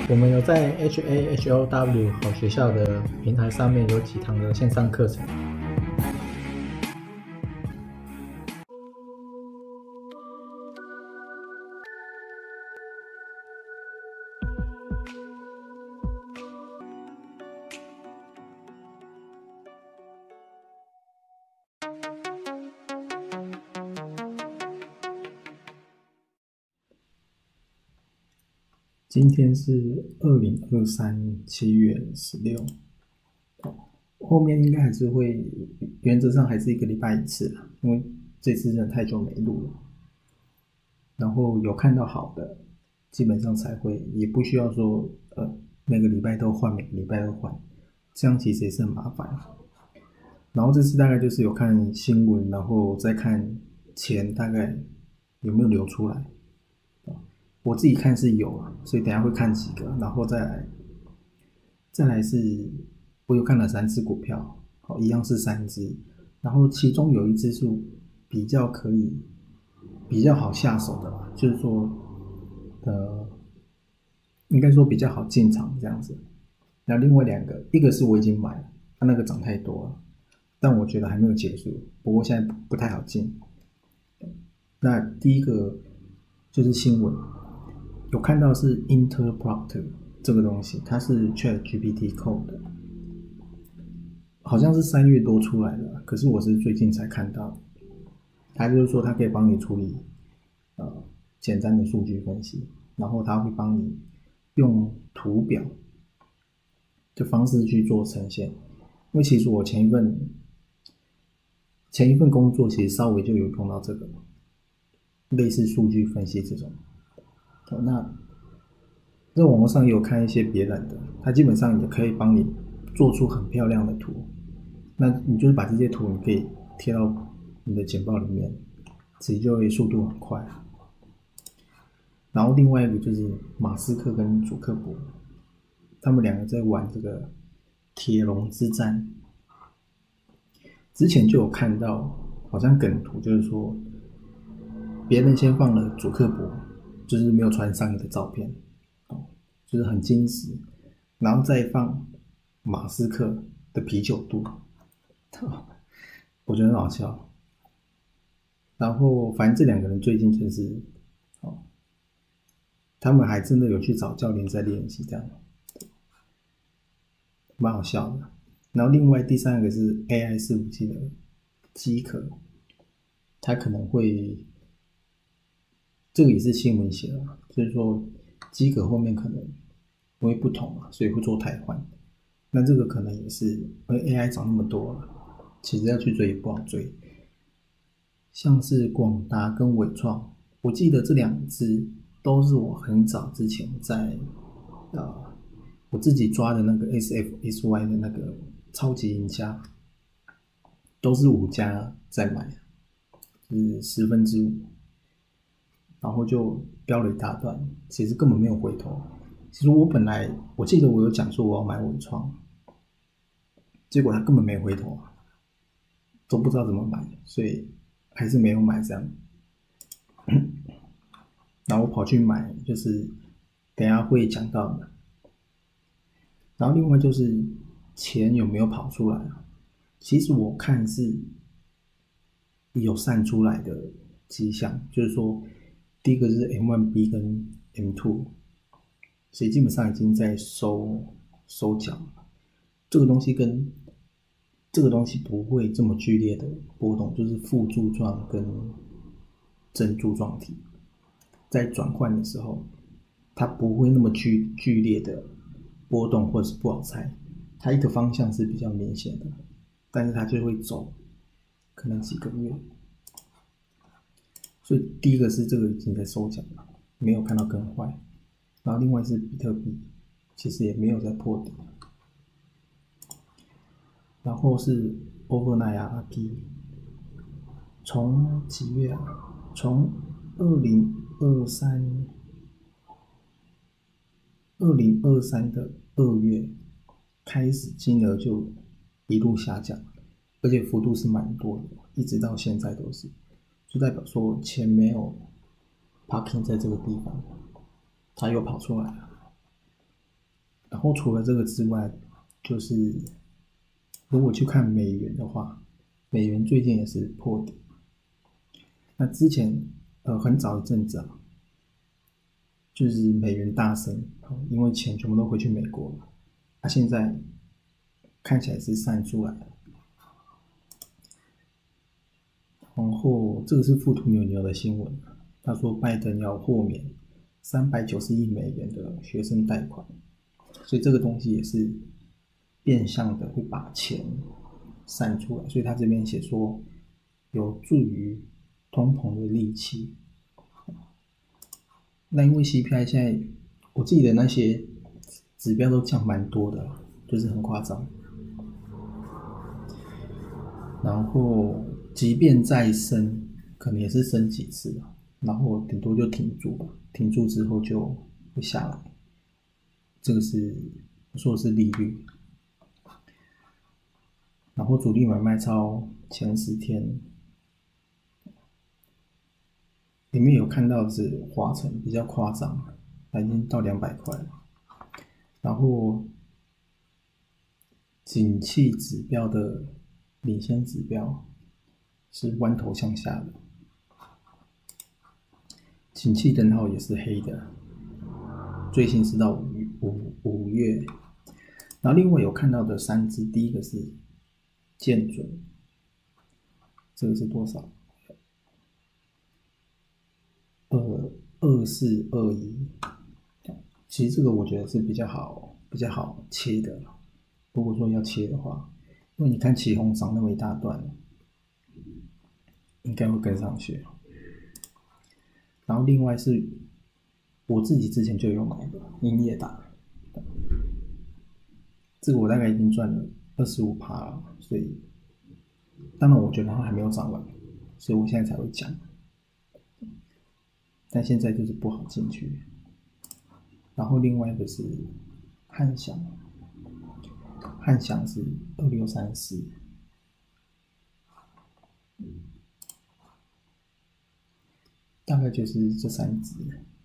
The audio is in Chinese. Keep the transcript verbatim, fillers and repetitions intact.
我们有在 H A H O W 好学校的平台上面有几堂的线上课程。今天是二零二三七月十六，后面应该还是会，原则上还是一个礼拜一次啦，因为这次真的太久没录了。然后有看到好的，基本上才会，也不需要说呃每个礼拜都换，每个礼拜都换，这样其实也是很麻烦。然后这次大概就是有看新闻，然后再看钱大概有没有流出来。我自己看是有啊，所以等一下会看几个，然后再来，再来是我有看了三只股票，好，一样是三只，然后其中有一只是比较可以比较好下手的吧，就是说呃，应该说比较好进场这样子。那另外两个，一个是我已经买了，它那个涨太多了，但我觉得还没有结束，不过现在不太好进。那第一个就是新闻。有看到是 Interpreter 这个东西，它是 ChatGPT code 的，好像是三月多出来的，可是我是最近才看到的。它就是说它可以帮你处理呃简单的数据分析，然后它会帮你用图表的方式去做呈现。因为其实我前一份前一份工作其实稍微就有用到这个类似数据分析这种。那在网络上也有看一些别人的，它基本上也可以帮你做出很漂亮的图。那你就是把这些图你可以贴到你的简报里面，其实就会速度很快。然后另外一个就是马斯克跟祖克伯，他们两个在玩这个铁笼之战。之前就有看到，好像梗图就是说，别人先放了祖克伯。就是没有穿上衣的照片，就是很矜持，然后再放马斯克的啤酒肚，我觉得很好笑。然后反正这两个人最近就是，哦，他们还真的有去找教练在练习，这样，蛮好笑的。然后另外第三个是 A I 伺服器的机壳，它可能会。这个也是新闻写的，就是说机壳后面可能会不同嘛，所以会做汰换。那这个可能也是，因为 A I 涨那么多了，其实要去追也不好追。像是广达跟伟创，我记得这两只都是我很早之前在呃我自己抓的那个 S F S Y 的那个超级赢家，都是五家在买，就是十分之五。然后就飙了一大段，其实根本没有回头。其实我本来我记得我有讲说我要买伟创，结果他根本没回头，都不知道怎么买，所以还是没有买这样。然后我跑去买，就是等一下会讲到的。然后另外就是钱有没有跑出来？其实我看是有散出来的迹象，就是说。第一个是 M 一 B 跟 M 二， 所以基本上已经在收收缴。这个东西跟这个东西不会这么剧烈的波动，就是负柱状跟正柱状体在转换的时候，它不会那么剧剧烈的波动或者是不好猜，它一个方向是比较明显的，但是它就会走可能几个月。所以第一个是这个已经在收缴了，没有看到更坏。然后另外是比特币，其实也没有在破底。然后是 Overnight R P， 从几月啊？从二零二三，二零二三的二月开始，金额就一路下降，而且幅度是蛮多的，一直到现在都是。就代表说钱没有 parking 在这个地方，它又跑出来了。 然后除了这个之外，就是如果去看美元的话，美元最近也是破底。那之前呃很早一阵子啊，就是美元大升，因为钱全部都回去美国了。那、啊、现在看起来是散出来了。然后这个是富途牛牛的新闻，他说拜登要豁免三百九十亿美元的学生贷款，所以这个东西也是变相的会把钱散出来，所以他这边写说有助于通膨的利器。那因为 C P I 现在我记得那些指标都降蛮多的，就是很夸张。然后即便再升，可能也是升几次，然后顶多就停住吧，停住之后就会下来。这个是我说的是利率。然后主力买卖超前十天，里面有看到的是华晨比较夸张，它已经到两百块了。然后景气指标的领先指标是弯头向下的，景气灯号也是黑的，最新是到五五五月。然后另外有看到的三只，第一个是建准，这个是多少？二二四二一。其实这个我觉得是比较好比较好切的，如果说要切的话，因为你看起红涨那么一大段，应该会跟上去。然后另外是我自己之前就有买的英业达，这个我大概已经赚了二十五趴了，所以当然我觉得它还没有涨完，所以我现在才会讲。但现在就是不好进去。然后另外一个是汉翔，汉翔是二六三四，大概就是这三只。